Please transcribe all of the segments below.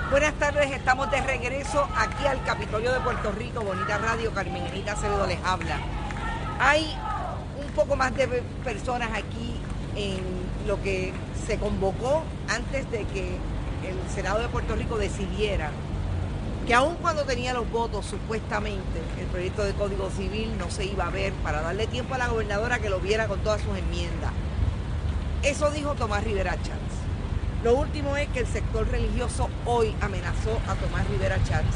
Buenas tardes, estamos de regreso aquí al Capitolio de Puerto Rico, Bonita Radio, Carmen Enita Acevedo les habla. Hay un poco más de personas aquí en lo que se convocó antes de que el Senado de Puerto Rico decidiera que aun cuando tenía los votos, supuestamente, el proyecto de Código Civil no se iba a ver para darle tiempo a la gobernadora que lo viera con todas sus enmiendas. Eso dijo Tomás Rivera Schatz. Lo último es que el sector religioso hoy amenazó a Tomás Rivera Schatz.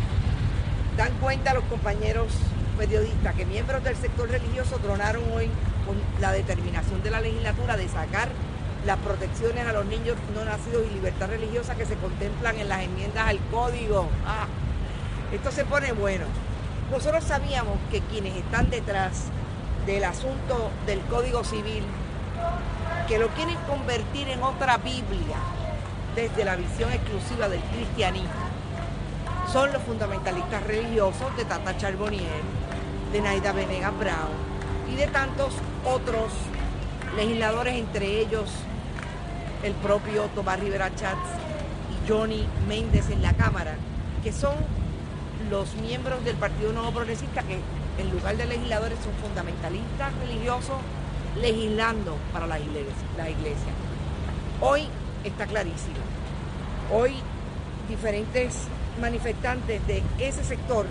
Dan cuenta los compañeros periodistas que miembros del sector religioso tronaron hoy con la determinación de la legislatura de sacar las protecciones a los niños no nacidos y libertad religiosa que se contemplan en las enmiendas al código. Esto se pone bueno. Nosotros sabíamos que quienes están detrás del asunto del Código Civil, que lo quieren convertir en otra Biblia desde la visión exclusiva del cristianismo, son los fundamentalistas religiosos de Tata Charbonnier, de Naida Venegas Brown y de tantos otros legisladores, entre ellos el propio Tomás Rivera Schatz y Johnny Méndez en la Cámara, que son los miembros del Partido Nuevo Progresista que en lugar de legisladores son fundamentalistas religiosos legislando para la iglesia. Hoy está clarísimo. Hoy diferentes manifestantes de ese sector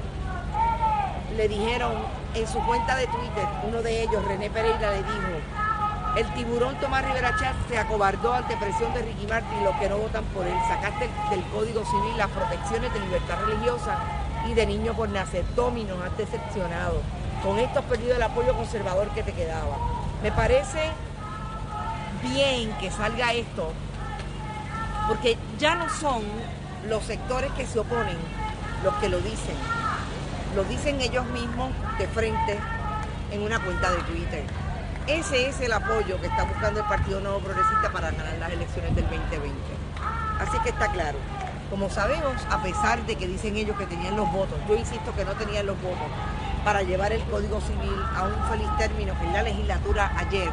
le dijeron en su cuenta de Twitter, uno de ellos, René Pereira, le dijo: el tiburón Tomás Rivera Schatz se acobardó ante presión de Ricky Martin y los que no votan por él. Sacaste del Código Civil las protecciones de libertad religiosa y de niño por nacer. Tommy, nos has decepcionado. Con esto has perdido el apoyo conservador que te quedaba. Me parece bien que salga esto, porque ya no son los sectores que se oponen los que lo dicen ellos mismos de frente en una cuenta de Twitter. Ese es el apoyo que está buscando el Partido Nuevo Progresista para ganar las elecciones del 2020. Así que está claro. Como sabemos, a pesar de que dicen ellos que tenían los votos, yo insisto que no tenían los votos para llevar el Código Civil a un feliz término en la legislatura ayer,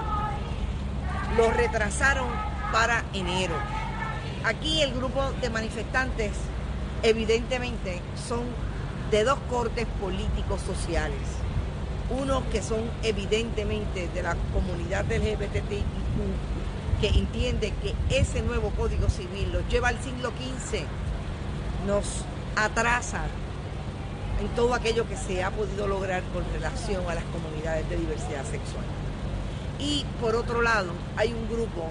lo retrasaron para enero. Aquí el grupo de manifestantes evidentemente son de dos cortes políticos sociales. Unos que son evidentemente de la comunidad LGBTIQ, que entiende que ese nuevo Código Civil los lleva al siglo XV, nos atrasa en todo aquello que se ha podido lograr con relación a las comunidades de diversidad sexual. Y por otro lado, hay un grupo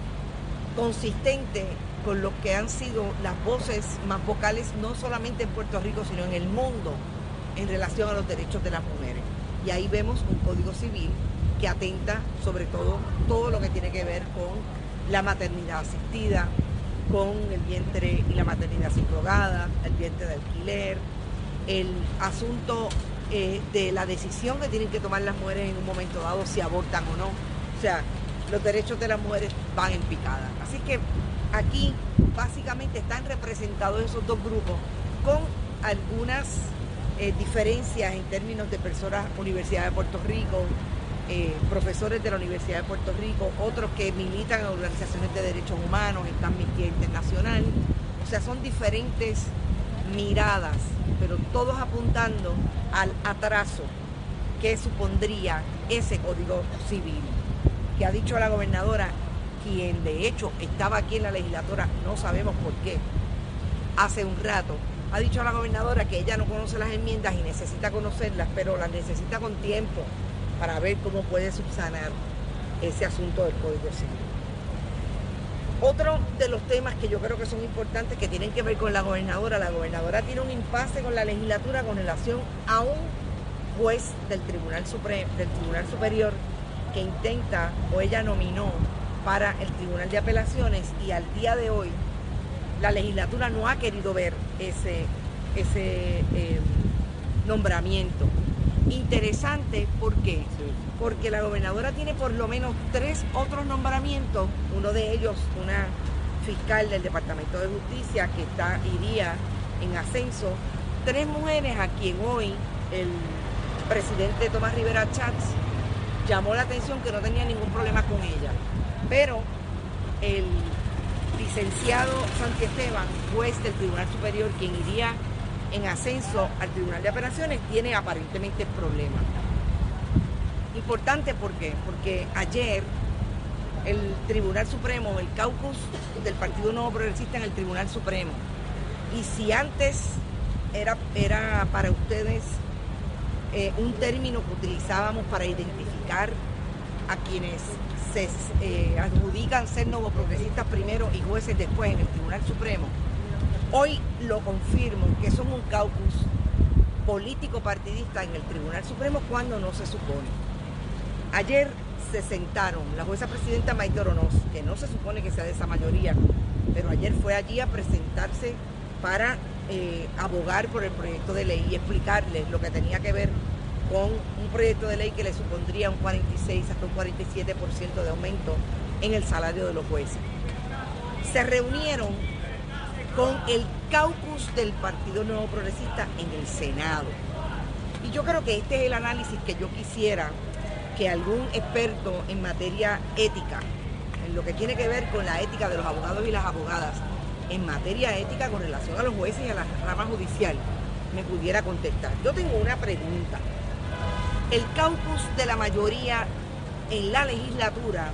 consistente con los que han sido las voces más vocales, no solamente en Puerto Rico, sino en el mundo, en relación a los derechos de las mujeres. Y ahí vemos un Código Civil que atenta sobre todo lo que tiene que ver con la maternidad asistida, con el vientre y la maternidad subrogada, el vientre de alquiler, el asunto de la decisión que tienen que tomar las mujeres en un momento dado, si abortan o no. O sea, los derechos de las mujeres van en picada. Así que aquí básicamente están representados esos dos grupos con algunas diferencias en términos de personas, Universidad de Puerto Rico, profesores de la Universidad de Puerto Rico, otros que militan en organizaciones de derechos humanos, en Amnistía Internacional. O sea, son diferentes miradas, pero todos apuntando al atraso que supondría ese Código Civil, que ha dicho la gobernadora, quien de hecho estaba aquí en la legislatura, no sabemos por qué, hace un rato, ha dicho a la gobernadora que ella no conoce las enmiendas y necesita conocerlas, pero las necesita con tiempo para ver cómo puede subsanar ese asunto del Código Civil. Otro de los temas que yo creo que son importantes, que tienen que ver con la gobernadora tiene un impasse con la legislatura con relación a un juez del Tribunal Superior que intenta, o ella nominó para el Tribunal de Apelaciones, y al día de hoy la legislatura no ha querido ver ese nombramiento. Interesante, ¿por qué? Porque la gobernadora tiene por lo menos 3 otros nombramientos, uno de ellos una fiscal del Departamento de Justicia que iría en ascenso, 3 mujeres a quien hoy el presidente Tomás Rivera Schatz llamó la atención que no tenía ningún problema con ella, pero el licenciado Santiesteban, juez del Tribunal Superior, quien iría en ascenso al Tribunal de Apelaciones, tiene aparentemente problemas. Importante, ¿por qué? Porque ayer el Tribunal Supremo, el caucus del Partido Nuevo Progresista en el Tribunal Supremo, y si antes era para ustedes un término que utilizábamos para identificar a quienes se adjudican ser novoprogresistas primero y jueces después en el Tribunal Supremo, hoy lo confirmo que son un caucus político partidista en el Tribunal Supremo cuando no se supone. Ayer se sentaron la jueza presidenta Maite Oronoz, que no se supone que sea de esa mayoría, pero ayer fue allí a presentarse para abogar por el proyecto de ley y explicarles lo que tenía que ver con un proyecto de ley que le supondría un 46 hasta un 47% de aumento en el salario de los jueces. Se reunieron con el caucus del Partido Nuevo Progresista en el Senado. Y yo creo que este es el análisis que yo quisiera que algún experto en materia ética, en lo que tiene que ver con la ética de los abogados y las abogadas, en materia ética con relación a los jueces y a la rama judicial, me pudiera contestar. Yo tengo una pregunta. El caucus de la mayoría en la legislatura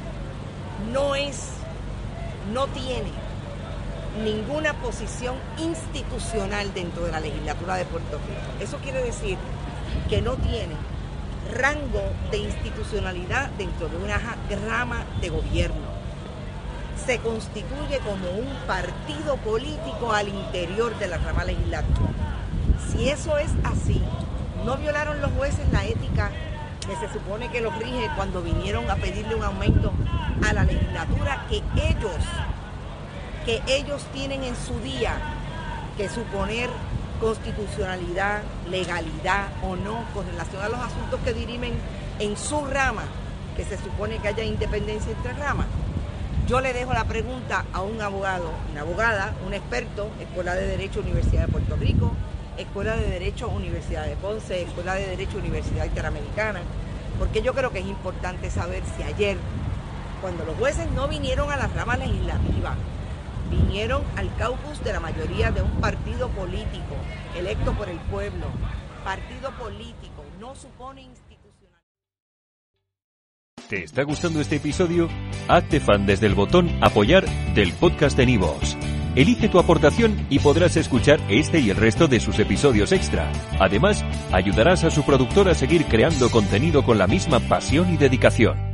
no tiene ninguna posición institucional dentro de la legislatura de Puerto Rico. Eso quiere decir que no tiene rango de institucionalidad dentro de una rama de gobierno. Se constituye como un partido político al interior de la rama legislativa. Si eso es así, ¿no violaron los jueces la ética que se supone que los rige cuando vinieron a pedirle un aumento a la legislatura que ellos tienen en su día que suponer constitucionalidad, legalidad o no con relación a los asuntos que dirimen en su rama, que se supone que haya independencia entre ramas? Yo le dejo la pregunta a un abogado, una abogada, un experto, Escuela de Derecho, Universidad de Puerto Rico, Escuela de Derecho, Universidad de Ponce, Escuela de Derecho, Universidad Interamericana, porque yo creo que es importante saber si ayer, cuando los jueces no vinieron a la rama legislativa, vinieron al caucus de la mayoría de un partido político electo por el pueblo, partido político, no supone institucional. ¿Te está gustando este episodio? Hazte fan desde el botón Apoyar del podcast de Nivos. Elige tu aportación y podrás escuchar este y el resto de sus episodios extra. Además, ayudarás a su productor a seguir creando contenido con la misma pasión y dedicación.